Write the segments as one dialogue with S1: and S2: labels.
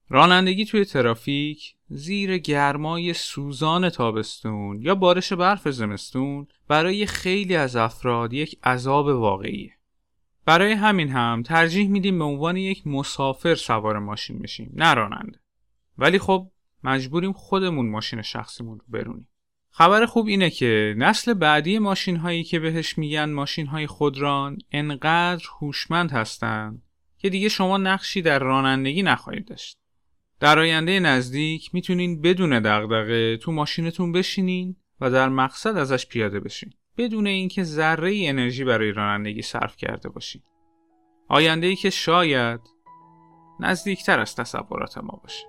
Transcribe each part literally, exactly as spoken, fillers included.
S1: رانندگی توی ترافیک زیر گرمای سوزان تابستون یا بارش برف زمستون برای خیلی از افراد یک عذاب واقعیه. برای همین هم ترجیح میدیم به عنوان یک مسافر سوار ماشین بشیم، نه راننده. ولی خب مجبوریم خودمون ماشین شخصیمون رو برونیم. خبر خوب اینه که نسل بعدی ماشین هایی که بهش میگن ماشین های خودران انقدر هوشمند هستن که دیگه شما نقشی در رانندگی نخواهید داشت. در آینده نزدیک میتونین بدون دغدغه تو ماشینتون بشینین و در مقصد ازش پیاده بشین، بدون اینکه ذره ای انرژی برای رانندگی صرف کرده باشین. آینده‌ای که شاید نزدیکتر از تصورات ما باشه.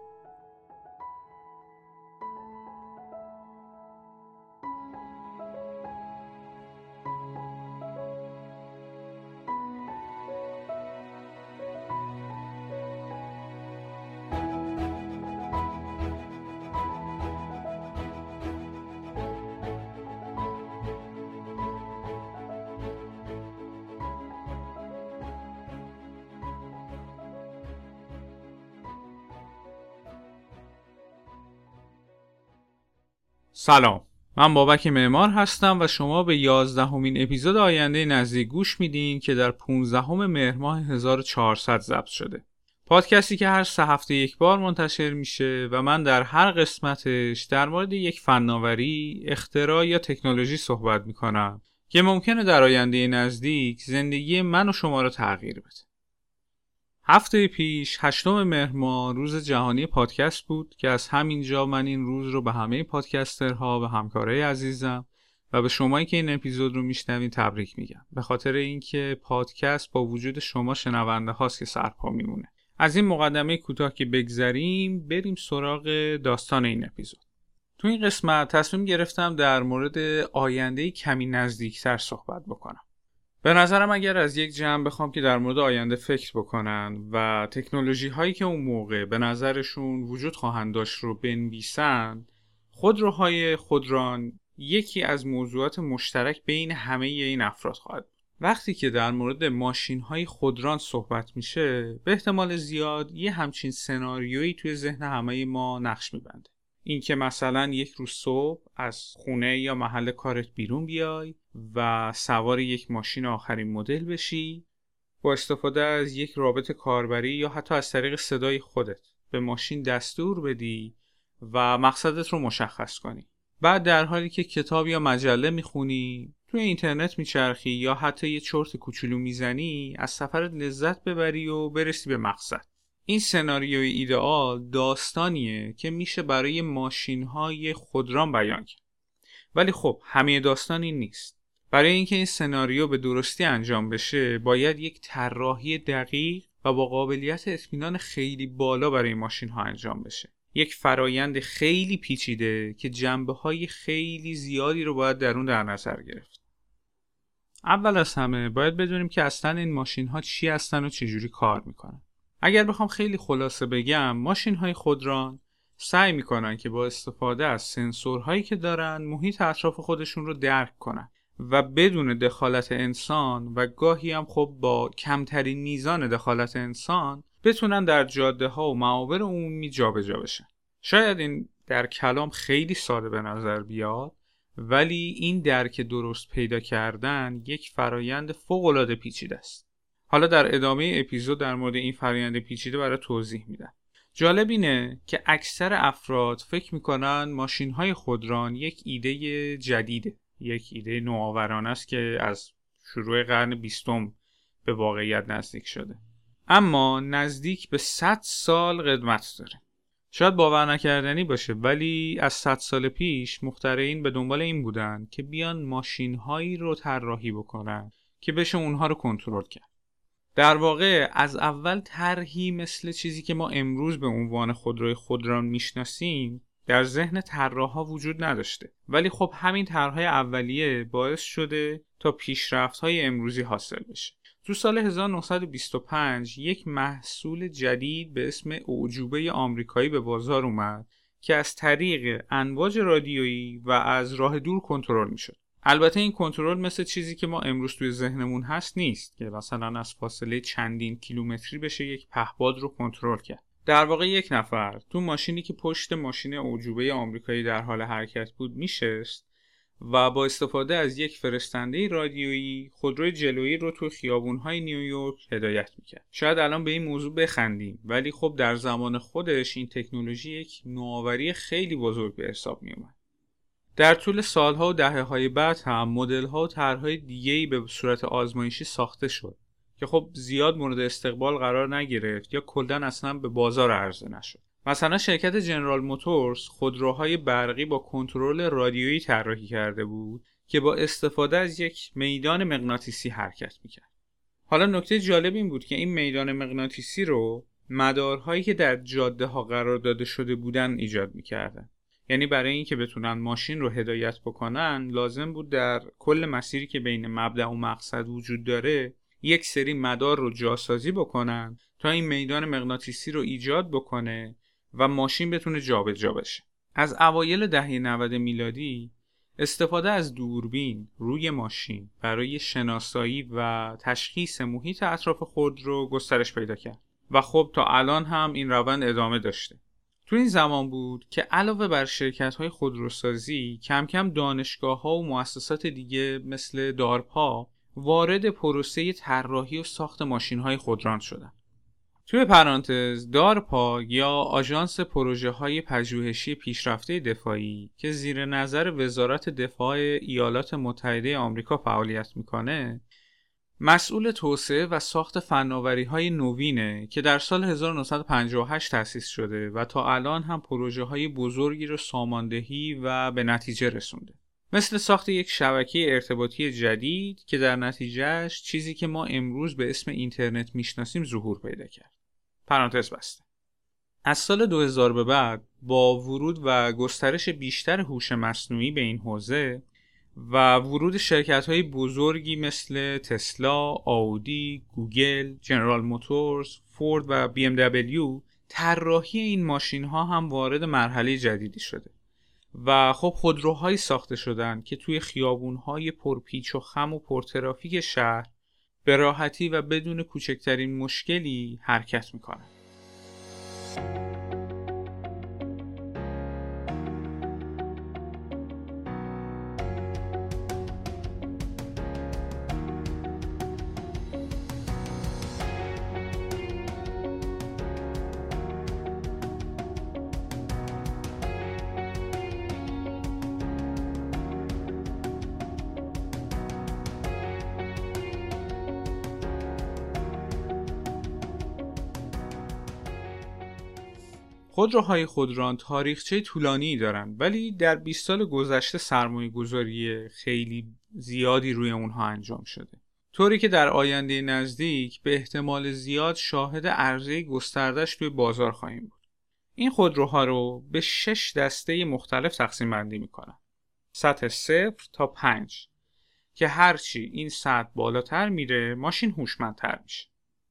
S1: سلام، من بابک معمار هستم و شما به یازدهمین اپیزود آینده نزدیک گوش میدین که در پانزدهم مهر ماه هزار و چهارصد ضبط شده. پادکستی که هر سه هفته یک بار منتشر میشه و من در هر قسمتش در مورد یک فناوری، اختراع یا تکنولوژی صحبت میکنم که ممکنه در آینده نزدیک زندگی من و شما رو تغییر بده. هفته پیش هشتم مهر ماه روز جهانی پادکست بود که از همینجا من این روز رو به همه پادکسترها و همکارای عزیزم و به شمایی که این اپیزود رو میشنوین تبریک میگم، به خاطر اینکه پادکست با وجود شما شنونده هاست که سرپا میمونه. از این مقدمه کوتاه که بگذریم بریم سراغ داستان این اپیزود. تو این قسمت تصمیم گرفتم در مورد آینده کمی نزدیکتر صحبت بکنم. به نظرم اگر از یک جمع بخوام که در مورد آینده فکر بکنن و تکنولوژی هایی که اون موقع به نظرشون وجود خواهند داشت رو بنویسن، خودروهای خودران یکی از موضوعات مشترک بین همه این افراد خواهد بود. وقتی که در مورد ماشین های خودران صحبت میشه، به احتمال زیاد یه همچین سناریویی توی ذهن همه ما نقش میبنده. این که مثلا یک روز صبح از خونه یا محل کارت بیرون بیای و سوار یک ماشین آخرین مدل بشی، با استفاده از یک رابط کاربری یا حتی از طریق صدای خودت به ماشین دستور بدی و مقصدت رو مشخص کنی. بعد در حالی که کتاب یا مجله میخونی، توی اینترنت میچرخی یا حتی یه چرت کوچولو میزنی، از سفرت لذت ببری و برسی به مقصد. این سناریوی ایدئال داستانیه که میشه برای ماشین‌های خودران بیان کرد. ولی خب همه داستان این نیست. برای اینکه این سناریو به درستی انجام بشه، باید یک طراحی دقیق و با قابلیت اطمینان خیلی بالا برای ماشین‌ها انجام بشه. یک فرایند خیلی پیچیده که جنبه‌های خیلی زیادی رو باید در اون در نظر گرفت. اول از همه باید بدونیم که اصلاً این ماشین‌ها چی هستن و چجوری کار میکنن. اگر بخوام خیلی خلاصه بگم، ماشین‌های خودران سعی میکنن که با استفاده از سنسورهایی که دارن محیط اطراف خودشون رو درک کنن و بدون دخالت انسان و گاهی هم خب با کمترین میزان دخالت انسان بتونن در جاده‌ها و معابر عمومی جابجا بشن. شاید این در کلام خیلی ساده به نظر بیاد، ولی این درک درست پیدا کردن یک فرایند فوق‌العاده پیچیده است. حالا در ادامه اپیزود در مورد این فرآیند پیچیده برای توضیح میدم. جالب اینه که اکثر افراد فکر میکنن ماشین‌های خودران یک ایده جدیده، یک ایده نوآورانه است که از شروع قرن بیستم به واقعیت نزدیک شده. اما نزدیک به صد سال قدمت داره. شاید باور نکردنی باشه، ولی از صد سال پیش مخترعین به دنبال این بودن که بیان ماشین‌هایی رو طراحی بکنن که بشه اونها رو کنترل کرد. در واقع از اول طرحی مثل چیزی که ما امروز به عنوان خودروی خودران میشناسیم در ذهن طراحا وجود نداشته، ولی خب همین طرح‌های اولیه باعث شده تا پیشرفت‌های امروزی حاصل بشه. تو سال هزار و نهصد و بیست و پنج یک محصول جدید به اسم اعجوبه آمریکایی به بازار اومد که از طریق امواج رادیویی و از راه دور کنترل میشد. البته این کنترل مثل چیزی که ما امروز توی ذهنمون هست نیست که مثلا از فاصله چندین کیلومتری بشه یک پهپاد رو کنترل کرد، در واقع یک نفر تو ماشینی که پشت ماشین اعجوبه آمریکایی در حال حرکت بود میشست و با استفاده از یک فرستنده رادیویی خودروی جلویی رو تو خیابون‌های نیویورک هدایت میکرد. شاید الان به این موضوع بخندیم، ولی خب در زمان خودش این تکنولوژی یک نوآوری خیلی بزرگ به حساب میومد. در طول سالها و دهه‌های بعد هم مدل‌ها و طرح‌های دیگه‌ای به صورت آزمایشی ساخته شد که خب زیاد مورد استقبال قرار نگرفت یا کلاً اصلاً به بازار عرضه نشد. مثلا شرکت جنرال موتورز خودروهای برقی با کنترل رادیویی طراحی کرده بود که با استفاده از یک میدان مغناطیسی حرکت میکرد. حالا نکته جالب این بود که این میدان مغناطیسی رو مدارهایی که در جاده ها قرار داده شده بودن ایجاد میکردن. یعنی برای اینکه بتونن ماشین رو هدایت بکنن لازم بود در کل مسیری که بین مبدأ و مقصد وجود داره یک سری مدار رو جاسازی بکنن تا این میدان مغناطیسی رو ایجاد بکنه و ماشین بتونه جابجا بشه. از اوایل دهه نود میلادی استفاده از دوربین روی ماشین برای شناسایی و تشخیص محیط اطراف خودرو گسترش پیدا کرد و خب تا الان هم این روند ادامه داشته. تو این زمان بود که علاوه بر شرکت‌های خودروسازی کم کم دانشگاه‌ها و مؤسسات دیگه مثل دارپا وارد پروسه طراحی و ساخت ماشین‌های خودران شدند. توی پرانتز دارپا یا آژانس پروژه‌های پژوهشی پیشرفته دفاعی که زیر نظر وزارت دفاع ایالات متحده آمریکا فعالیت میکنه مسئول توسعه و ساخت فناوری‌های نوینه که در سال هزار و نهصد و پنجاه و هشت تأسیس شده و تا الان هم پروژه‌های بزرگی رو ساماندهی و به نتیجه رسونده. مثل ساخت یک شبکه ارتباطی جدید که در نتیجهش چیزی که ما امروز به اسم اینترنت میشناسیم ظهور پیدا کرد. پرانتز بسته. از سال دو هزار به بعد با ورود و گسترش بیشتر هوش مصنوعی به این حوزه و ورود شرکت‌های بزرگی مثل تسلا، آودی، گوگل، جنرال موتورز، فورد و بی ام دبلیو، طراحی این ماشین‌ها هم وارد مرحله جدیدی شده. و خب خودروهایی ساخته شدن که توی خیابون‌های پرپیچ و خم و پرترافیک شهر به راحتی و بدون کوچکترین مشکلی حرکت میکنن. خودروهای خودران تاریخچه طولانی دارن ولی در بیست سال گذشته سرمایه گذاری خیلی زیادی روی اونها انجام شده، طوری که در آینده نزدیک به احتمال زیاد شاهد عرضه گسترده‌اش توی بازار خواهیم بود. این خودروها رو به شش دسته مختلف تقسیم بندی میکنن. سطح صفر تا پنج که هرچی این سطح بالاتر میره ماشین هوشمندتر میشه.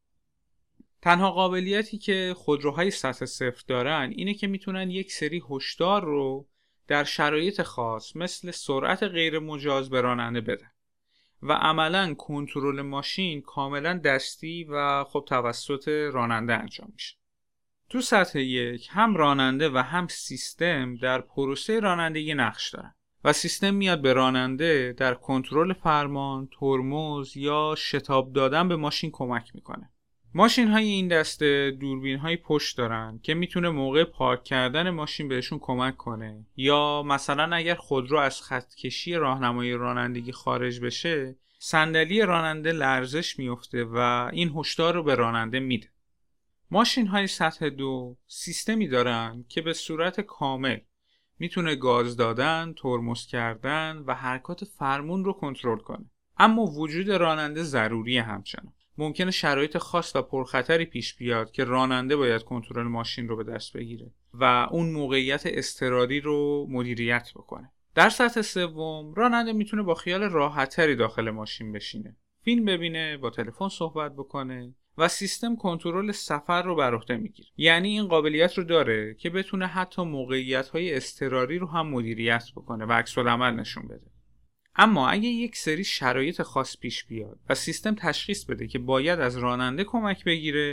S1: تنها قابلیتی که خودروهای سطح صفر دارن اینه که میتونن یک سری هشدار رو در شرایط خاص مثل سرعت غیر مجاز به راننده بدن و عملاً کنترل ماشین کاملاً دستی و خب توسط راننده انجام میشه. تو سطح یک هم راننده و هم سیستم در پروسه رانندگی نقش دارن و سیستم میاد به راننده در کنترل فرمان، ترمز یا شتاب دادن به ماشین کمک میکنه. ماشین های این دسته دوربین های پشت دارن که میتونه موقع پارک کردن ماشین بهشون کمک کنه یا مثلا اگر خودرو از خط کشی راهنمای رانندگی خارج بشه صندلی راننده لرزش میفته و این هشدار رو به راننده میده. ماشین های سطح دو سیستمی دارن که به صورت کامل میتونه گاز دادن، ترمز کردن و حرکات فرمون رو کنترل کنه. اما وجود راننده ضروریه همچنان. ممکنه شرایط خاص و پرخطری پیش بیاد که راننده باید کنترل ماشین رو به دست بگیره و اون موقعیت اضطراری رو مدیریت بکنه. در سطح سوم راننده میتونه با خیال راحت‌تری داخل ماشین بشینه، فیلم ببینه، با تلفن صحبت بکنه و سیستم کنترل سفر رو بر عهده میگیره. یعنی این قابلیت رو داره که بتونه حتی موقعیت‌های اضطراری رو هم مدیریت بکنه و عکس العمل نشون بده. اما اگه یک سری شرایط خاص پیش بیاد و سیستم تشخیص بده که باید از راننده کمک بگیره،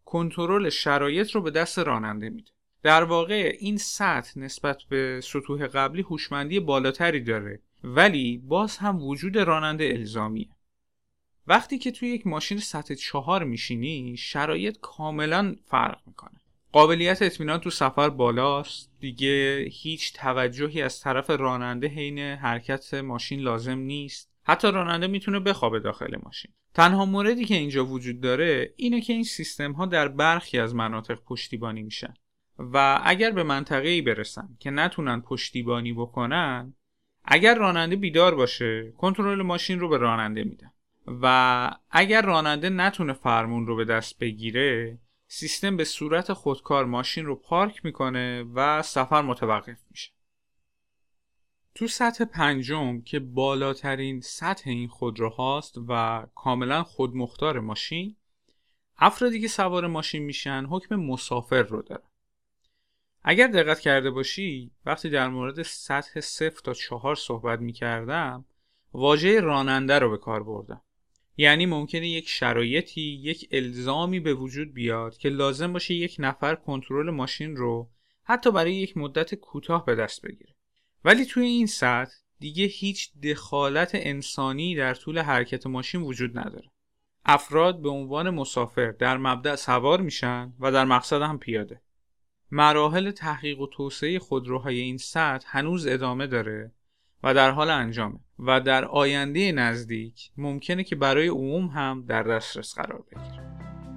S1: کنترل شرایط رو به دست راننده میده. در واقع این سطح نسبت به سطوح قبلی هوشمندی بالاتری داره، ولی باز هم وجود راننده الزامیه. وقتی که توی یک ماشین سطح چهار میشینی، شرایط کاملا فرق میکنه. قابلیت اطمینان تو سفر بالاست، دیگه هیچ توجهی از طرف راننده حین حرکت ماشین لازم نیست. حتی راننده میتونه بخوابه داخل ماشین. تنها موردی که اینجا وجود داره اینه که این سیستم ها در برخی از مناطق پشتیبانی میشن و اگر به منطقه‌ای برسن که نتونن پشتیبانی بکنن، اگر راننده بیدار باشه کنترل ماشین رو به راننده میدن و اگر راننده نتونه فرمون رو به دست بگیره، سیستم به صورت خودکار ماشین رو پارک میکنه و سفر متوقف میشه. تو سطح پنجم که بالاترین سطح این خودروهاست و کاملا خودمختار ماشین، افرادی که سوار ماشین میشن حکم مسافر رو داره. اگر دقت کرده باشی وقتی در مورد سطح صفر تا چهار صحبت میکردم واژه راننده رو به کار بردم. یعنی ممکنه یک شرایطی، یک الزامی به وجود بیاد که لازم باشه یک نفر کنترل ماشین رو حتی برای یک مدت کوتاه به دست بگیره. ولی توی این سطح دیگه هیچ دخالت انسانی در طول حرکت ماشین وجود نداره. افراد به عنوان مسافر در مبدأ سوار میشن و در مقصد هم پیاده. مراحل تحقیق و توسعه خودروهای این سطح هنوز ادامه داره و در حال انجامه و در آینده نزدیک ممکنه که برای عموم هم در دسترس قرار بگیره.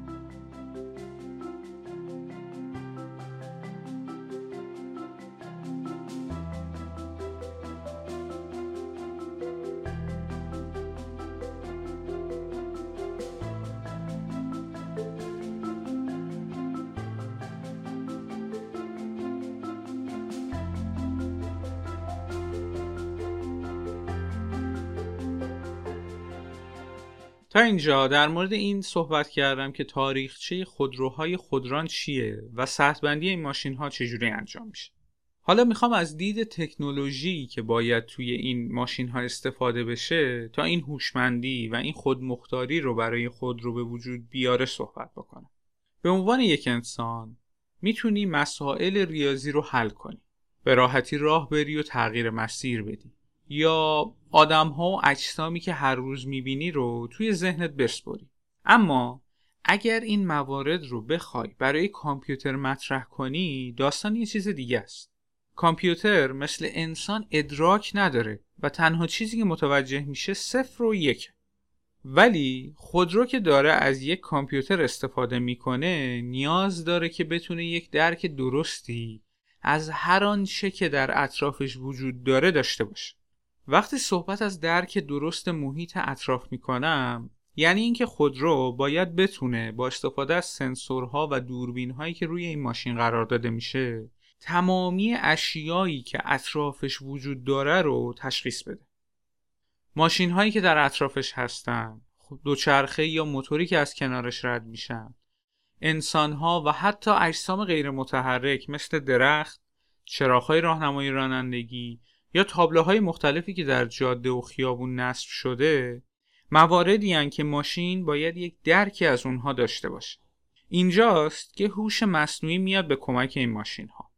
S1: تا اینجا در مورد این صحبت کردم که تاریخچه خودروهای خودران چیه و سطح بندی این ماشین ها چجوری انجام میشه. حالا میخوام از دید تکنولوژی که باید توی این ماشین ها استفاده بشه تا این هوشمندی و این خودمختاری رو برای خودرو به وجود بیاره صحبت بکنم. به عنوان یک انسان میتونی مسائل ریاضی رو حل کنی، به راحتی راه بری و تغییر مسیر بدی، یا آدم‌ها و اجسامی که هر روز می‌بینی رو توی ذهنت بسپاری. اما اگر این موارد رو بخوای برای کامپیوتر مطرح کنی، داستان یه چیز دیگه است. کامپیوتر مثل انسان ادراک نداره و تنها چیزی که متوجه میشه صفر و یک. ولی خودرو که داره از یک کامپیوتر استفاده میکنه، نیاز داره که بتونه یک درک درستی از هر آنچه که در اطرافش وجود داره داشته باشه. وقتی صحبت از درک درست محیط اطراف میکنم، یعنی اینکه خودرو باید بتونه با استفاده از سنسورها و دوربین‌هایی که روی این ماشین قرار داده میشه، تمامی اشیایی که اطرافش وجود داره رو تشخیص بده. ماشین‌هایی که در اطرافش هستن، دوچرخه یا موتوری که از کنارش رد میشن، انسان‌ها و حتی اجسام غیر متحرک مثل درخت، چراغ‌های راهنمایی رانندگی یا تابلوهای مختلفی که در جاده و خیابون نصب شده، مواردی هستند که ماشین باید یک درکی از اونها داشته باشه. اینجاست که هوش مصنوعی میاد به کمک این ماشین‌ها.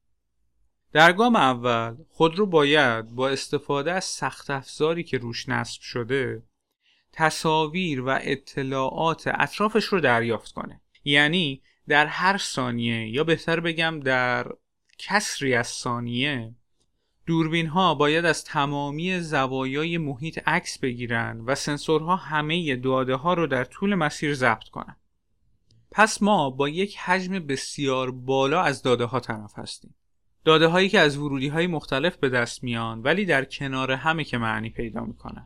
S1: در گام اول خودرو باید با استفاده از سخت افزاری که روش نصب شده تصاویر و اطلاعات اطرافش رو دریافت کنه. یعنی در هر ثانیه یا بهتر بگم در کسری از ثانیه دوربین ها باید از تمامی زوایای محیط عکس بگیرن و سنسورها همه داده ها رو در طول مسیر ضبط کنن. پس ما با یک حجم بسیار بالا از داده ها طرف هستیم. داده هایی که از ورودی های مختلف به دست میان ولی در کنار همه که معنی پیدا میکنن.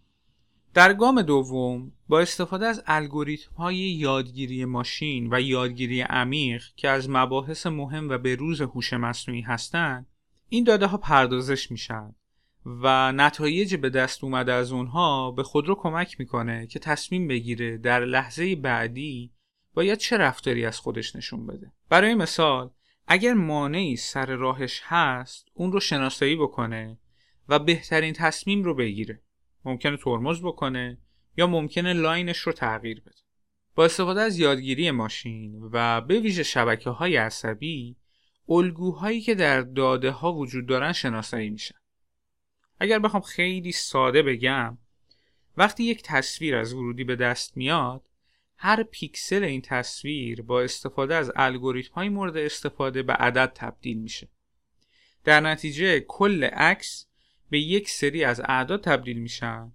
S1: در گام دوم با استفاده از الگوریتم های یادگیری ماشین و یادگیری عمیق که از مباحث مهم و بروز هوش مصنوعی هستند، این داده ها پردازش میشن و نتایج به دست اومده از اونها به خودرو کمک میکنه که تصمیم بگیره در لحظه بعدی باید چه رفتاری از خودش نشون بده. برای مثال اگر مانعی سر راهش هست اون رو شناسایی بکنه و بهترین تصمیم رو بگیره. ممکنه ترمز بکنه یا ممکنه لاینش رو تغییر بده. با استفاده از یادگیری ماشین و به ویژه شبکه‌های عصبی، الگوهایی که در داده‌ها وجود دارن شناسایی میشن. اگر بخوام خیلی ساده بگم، وقتی یک تصویر از ورودی به دست میاد، هر پیکسل این تصویر با استفاده از الگوریتم‌های مورد استفاده به عدد تبدیل میشه. در نتیجه کل عکس به یک سری از اعداد تبدیل میشن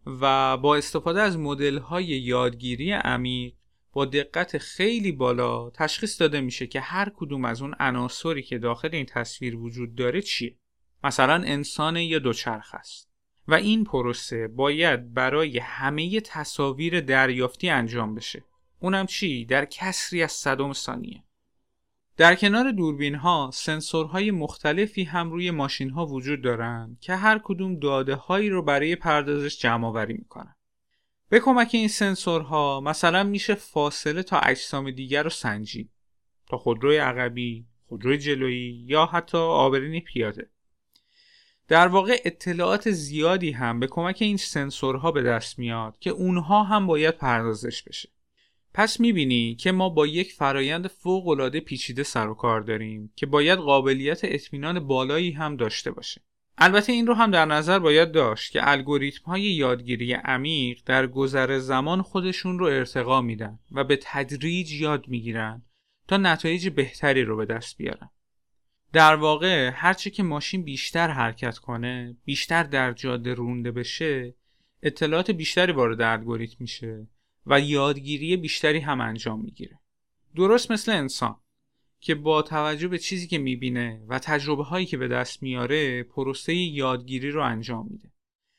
S1: و با استفاده از مدل‌های یادگیری عمیق با دقت خیلی بالا تشخیص داده میشه که هر کدوم از اون عناصری که داخل این تصویر وجود داره چیه. مثلا انسان یا دوچرخ است و این پروسه باید برای همه تصاویر دریافتی انجام بشه. اونم چی؟ در کسری از صدم ثانیه. در کنار دوربین ها سنسورهای مختلفی هم روی ماشین ها وجود دارن که هر کدوم داده هایی رو برای پردازش جمع آوری میکنن. به کمک این سنسورها مثلا میشه فاصله تا اجسام دیگر رو سنجید، تا خودروی عقبی، خودروی جلویی یا حتی آبرین پیاده. در واقع اطلاعات زیادی هم به کمک این سنسورها به دست میاد که اونها هم باید پردازش بشه. پس میبینی که ما با یک فرایند فوق‌العاده پیچیده سر و کار داریم که باید قابلیت اطمینان بالایی هم داشته باشه. البته این رو هم در نظر باید داشت که الگوریتم‌های یادگیری عمیق در گذر زمان خودشون رو ارتقا میدن و به تدریج یاد میگیرن تا نتایج بهتری رو به دست بیارن. در واقع هرچی که ماشین بیشتر حرکت کنه، بیشتر در جاده رونده بشه، اطلاعات بیشتری وارد الگوریتم میشه و یادگیری بیشتری هم انجام میگیره. درست مثل انسان که با توجه به چیزی که میبینه و تجربه هایی که به دست میاره پروسه یادگیری رو انجام میده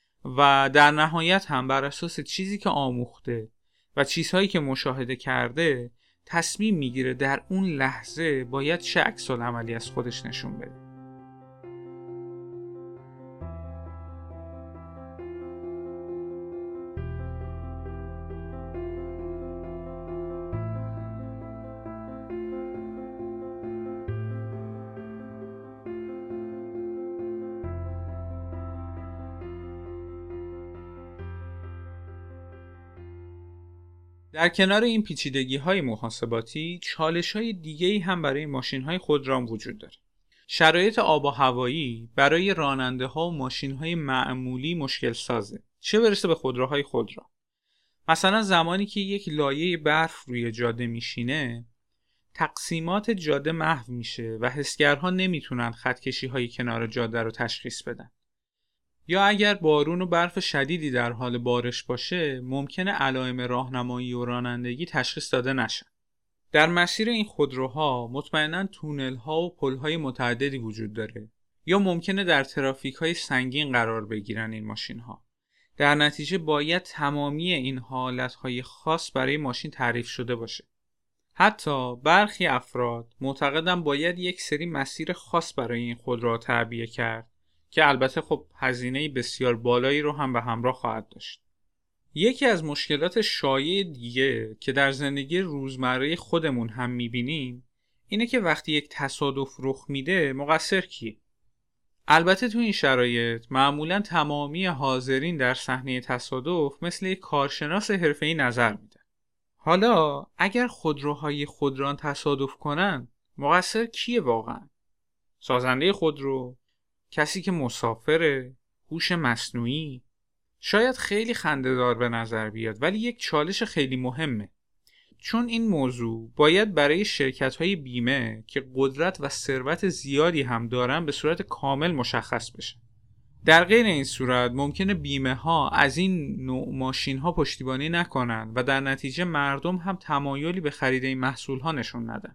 S1: و در نهایت هم بر اساس چیزی که آموخته و چیزهایی که مشاهده کرده تصمیم میگیره در اون لحظه باید چه عکس‌العملی از خودش نشون بده. در کنار این پیچیدگی‌های محاسباتی، چالش‌های دیگه‌ای هم برای ماشین‌های خودران وجود داره. شرایط آب و هوایی برای راننده‌ها و ماشین‌های معمولی مشکل سازه، چه برسه به خودروهای خودران. مثلا زمانی که یک لایه برف روی جاده میشینه، تقسیمات جاده محو میشه و حسگرها نمیتونن خطکشی‌های کنار جاده رو تشخیص بدن. یا اگر بارون و برف شدیدی در حال بارش باشه، ممکنه علائم راهنمایی و رانندگی تشخیص داده نشن. در مسیر این خودروها مطمئناً تونل‌ها و پل‌های متعددی وجود داره یا ممکنه در ترافیک‌های سنگین قرار بگیرن این ماشین‌ها. در نتیجه باید تمامی این حالت‌های خاص برای ماشین تعریف شده باشه. حتی برخی افراد معتقدن باید یک سری مسیر خاص برای این خودروها تعبیه کرد که البته خب هزینه بسیار بالایی رو هم به همراه خواهد داشت. یکی از مشکلات شایع دیگه که در زندگی روزمره خودمون هم میبینیم اینه که وقتی یک تصادف رخ میده مقصر کیه؟ البته تو این شرایط معمولا تمامی حاضرین در صحنه تصادف مثل یک کارشناس حرفه‌ای نظر میدن. حالا اگر خودروهای خودران تصادف کنن مقصر کیه واقعا؟ سازنده خودرو؟ کسی که مسافره؟ هوش مصنوعی؟ شاید خیلی خنده‌دار به نظر بیاد ولی یک چالش خیلی مهمه، چون این موضوع باید برای شرکت‌های بیمه که قدرت و ثروت زیادی هم دارن به صورت کامل مشخص بشه. در غیر این صورت ممکنه بیمه ها از این نوع ماشین ها پشتیبانی نکنن و در نتیجه مردم هم تمایلی به خرید این محصول ها نشون ندن.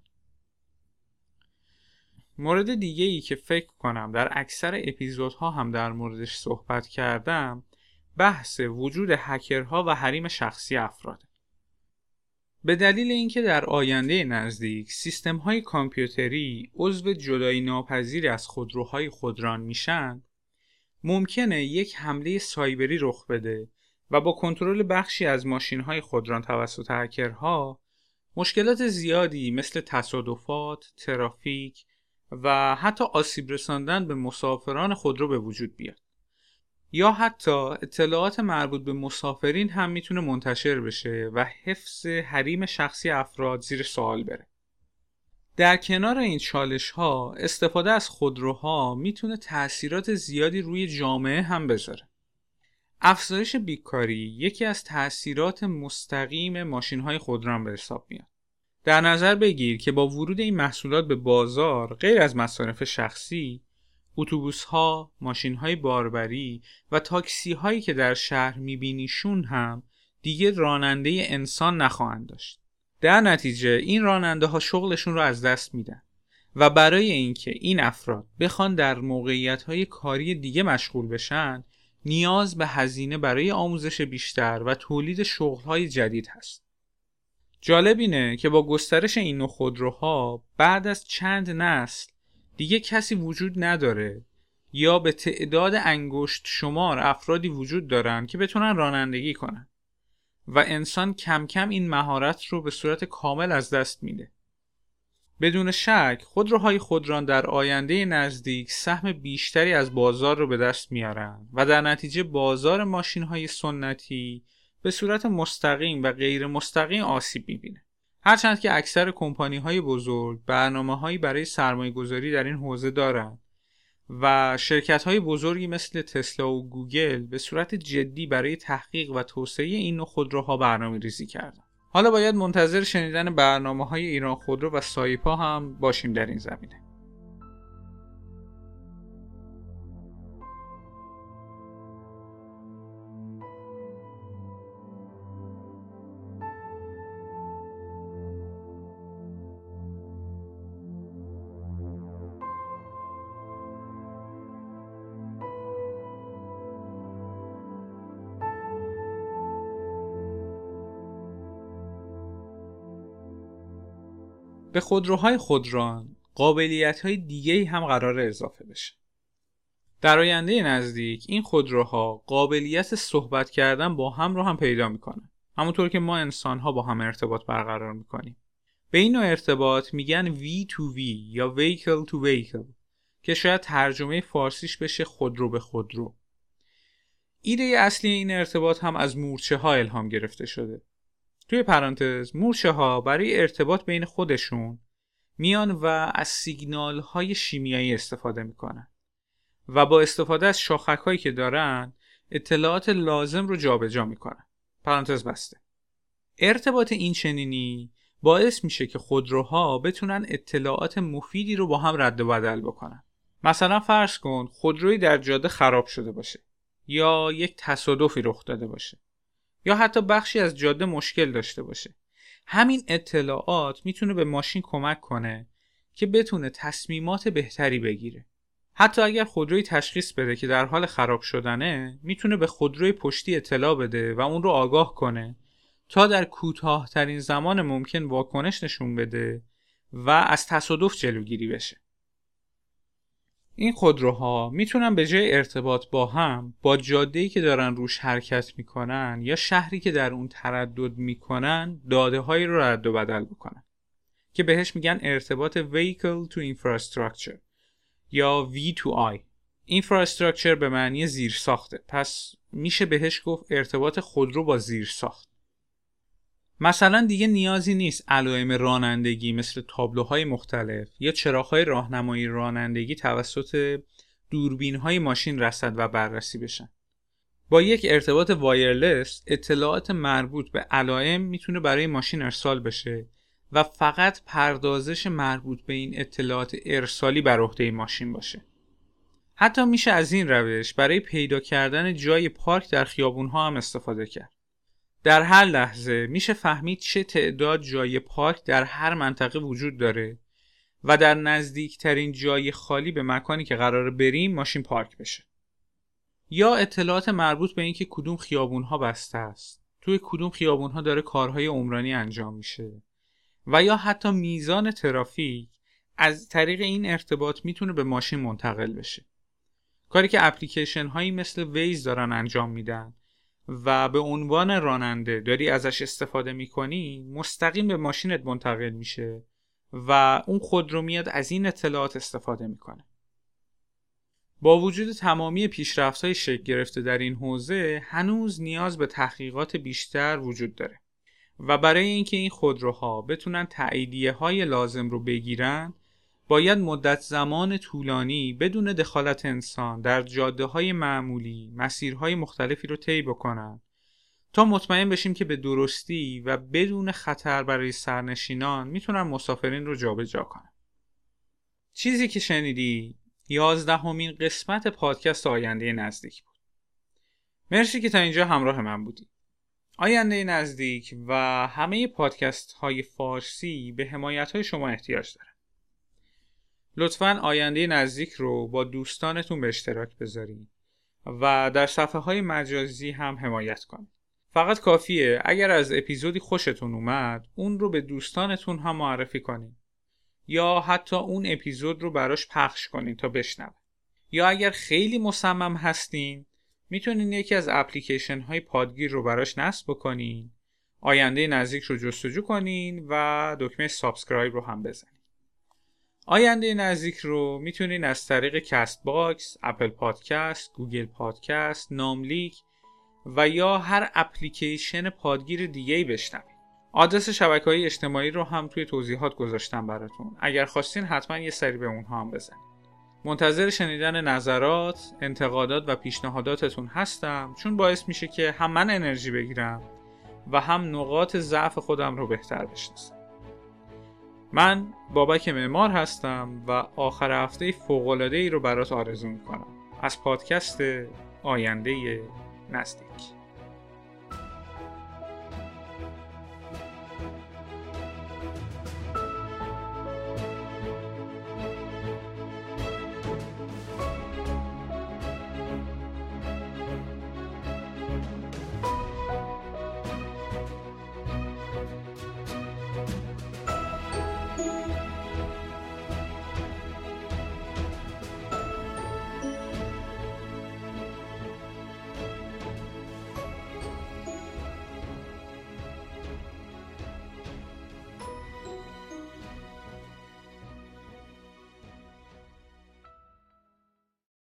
S1: مورد دیگه ای که فکر کنم در اکثر اپیزودها هم در موردش صحبت کردم بحث وجود هکرها و حریم شخصی افراده. به دلیل اینکه در آینده نزدیک سیستم‌های کامپیوتری عضو جدایی ناپذیری از خودروهای خودران میشن، ممکنه یک حمله سایبری رخ بده و با کنترل بخشی از ماشین‌های خودران توسط هکرها مشکلات زیادی مثل تصادفات، ترافیک و حتی آسیب رساندن به مسافران خودرو به وجود بیاد. یا حتی اطلاعات مربوط به مسافرین هم میتونه منتشر بشه و حفظ حریم شخصی افراد زیر سوال بره. در کنار این چالش ها، استفاده از خودروها میتونه تأثیرات زیادی روی جامعه هم بذاره. افزایش بیکاری یکی از تأثیرات مستقیم ماشین‌های خودران به حساب میاد. در نظر بگیر که با ورود این محصولات به بازار، غیر از مصارف شخصی، اتوبوس‌ها، ماشین‌های باربری و تاکسی‌هایی که در شهر می‌بینیشون هم دیگه راننده انسان نخواهند داشت. در نتیجه این راننده‌ها شغلشون رو از دست میدن و برای اینکه این افراد بخوان در موقعیت‌های کاری دیگه مشغول بشن، نیاز به هزینه برای آموزش بیشتر و تولید شغل‌های جدید هست. جالب اینه که با گسترش این نوع خودروها بعد از چند نسل دیگه کسی وجود نداره یا به تعداد انگشت شمار افرادی وجود دارن که بتونن رانندگی کنن و انسان کم کم این مهارت رو به صورت کامل از دست میده. بدون شک خودروهای خودران در آینده نزدیک سهم بیشتری از بازار رو به دست میارن و در نتیجه بازار ماشین‌های سنتی به صورت مستقیم و غیر مستقیم آسیب میبینه. هرچند که اکثر کمپانی‌های بزرگ برنامه‌هایی برای سرمایه‌گذاری در این حوزه دارن و شرکت‌های بزرگی مثل تسلا و گوگل به صورت جدی برای تحقیق و توسعه این نوع خودروها برنامه‌ریزی کردن. حالا باید منتظر شنیدن برنامه‌های ایران خودرو و سایپا هم باشیم در این زمینه. به خودروهای خودران قابلیت‌های دیگه‌ای هم قراره اضافه بشه. در آینده نزدیک این خودروها قابلیت صحبت کردن با هم رو هم پیدا میکنن، همونطور که ما انسان‌ها با هم ارتباط برقرار میکنیم. به این نوع ارتباط میگن وی تو وی یا vehicle to vehicle که شاید ترجمه فارسیش بشه خودرو به خودرو. ایده اصلی این ارتباط هم از مورچه ها الهام گرفته شده. توی پرانتز مورچه ها برای ارتباط بین خودشون میان و از سیگنال های شیمیایی استفاده میکنن و با استفاده از شاخک هایی که دارن اطلاعات لازم رو جابجا میکنن. پرانتز بسته. ارتباط این چنینی باعث میشه که خودروها بتونن اطلاعات مفیدی رو با هم رد و بدل بکنن. مثلا فرض کن خودرویی در جاده خراب شده باشه یا یک تصادفی رخ داده باشه یا حتی بخشی از جاده مشکل داشته باشه. همین اطلاعات میتونه به ماشین کمک کنه که بتونه تصمیمات بهتری بگیره. حتی اگر خودروی تشخیص بده که در حال خراب شدنه، میتونه به خودروی پشتی اطلاع بده و اون رو آگاه کنه تا در کوتاه‌ترین زمان ممکن واکنش نشون بده و از تصادف جلوگیری بشه. این خودروها میتونن به جای ارتباط با هم با جاده‌ای که دارن روش حرکت میکنن یا شهری که در اون تردد میکنن داده‌هایی رو رد و بدل بکنن که بهش میگن ارتباط vehicle to infrastructure یا وی تو آی. infrastructure به معنی زیرساخته، پس میشه بهش گفت ارتباط خودرو با زیرساخت. مثلا دیگه نیازی نیست علائم رانندگی مثل تابلوهای مختلف یا چراغ‌های راهنمایی رانندگی توسط دوربین‌های ماشین رصد و بررسی بشن. با یک ارتباط وایرلس اطلاعات مربوط به علائم میتونه برای ماشین ارسال بشه و فقط پردازش مربوط به این اطلاعات ارسالی بر عهده ماشین باشه. حتی میشه از این روش برای پیدا کردن جای پارک در خیابون‌ها هم استفاده کرد. در هر لحظه میشه فهمید چه تعداد جای پارک در هر منطقه وجود داره و در نزدیکترین جای خالی به مکانی که قراره بریم ماشین پارک بشه. یا اطلاعات مربوط به اینکه کدوم خیابون‌ها بسته است، توی کدوم خیابون‌ها داره کارهای عمرانی انجام میشه و یا حتی میزان ترافیک از طریق این ارتباط میتونه به ماشین منتقل بشه. کاری که اپلیکیشن هایی مثل ویز دارن انجام میدن و به عنوان راننده داری ازش استفاده میکنی، مستقیم به ماشینت منتقل میشه و اون خودرو میاد از این اطلاعات استفاده میکنه. با وجود تمامی پیشرفت‌های شکل گرفته در این حوزه، هنوز نیاز به تحقیقات بیشتر وجود داره و برای اینکه این خودروها بتونن تاییدیه‌های لازم رو بگیرن، باید مدت زمان طولانی بدون دخالت انسان در جاده‌های معمولی مسیرهای مختلفی رو طی بکنن تا مطمئن بشیم که به درستی و بدون خطر برای سرنشینان میتونن مسافرین رو جابجا کنن. چیزی که شنیدی یازدهمین قسمت پادکست آینده نزدیک بود. مرسی که تا اینجا همراه من بودی. آینده نزدیک و همه پادکست های فارسی به حمایت های شما احتیاج داره. لطفاً آینده نزدیک رو با دوستانتون به اشتراک بذارید و در صفحه های مجازی هم حمایت کنید. فقط کافیه اگر از اپیزودی خوشتون اومد اون رو به دوستانتون هم معرفی کنید یا حتی اون اپیزود رو براش پخش کنید تا بشنوه. یا اگر خیلی مصمم هستین میتونین یکی از اپلیکیشن های پادگیر رو براش نصب بکنین، آینده نزدیک رو جستجو کنین و دکمه سابسکرایب رو هم بزنین. آینده نزدیک رو میتونین از طریق کست باکس، اپل پادکست، گوگل پادکست، ناملیک و یا هر اپلیکیشن پادگیر دیگه‌ای بشنوید. آدرس شبکه‌های اجتماعی رو هم توی توضیحات گذاشتم براتون. اگر خواستین حتما یه سری به اونها هم بزنید. منتظر شنیدن نظرات، انتقادات و پیشنهاداتتون هستم، چون باعث میشه که هم من انرژی بگیرم و هم نقاط ضعف خودم رو بهتر بشناسم. من بابک معمار هستم و آخر هفته فوق‌العاده‌ای رو برات آرزو میکنم از پادکست آینده نزدیک.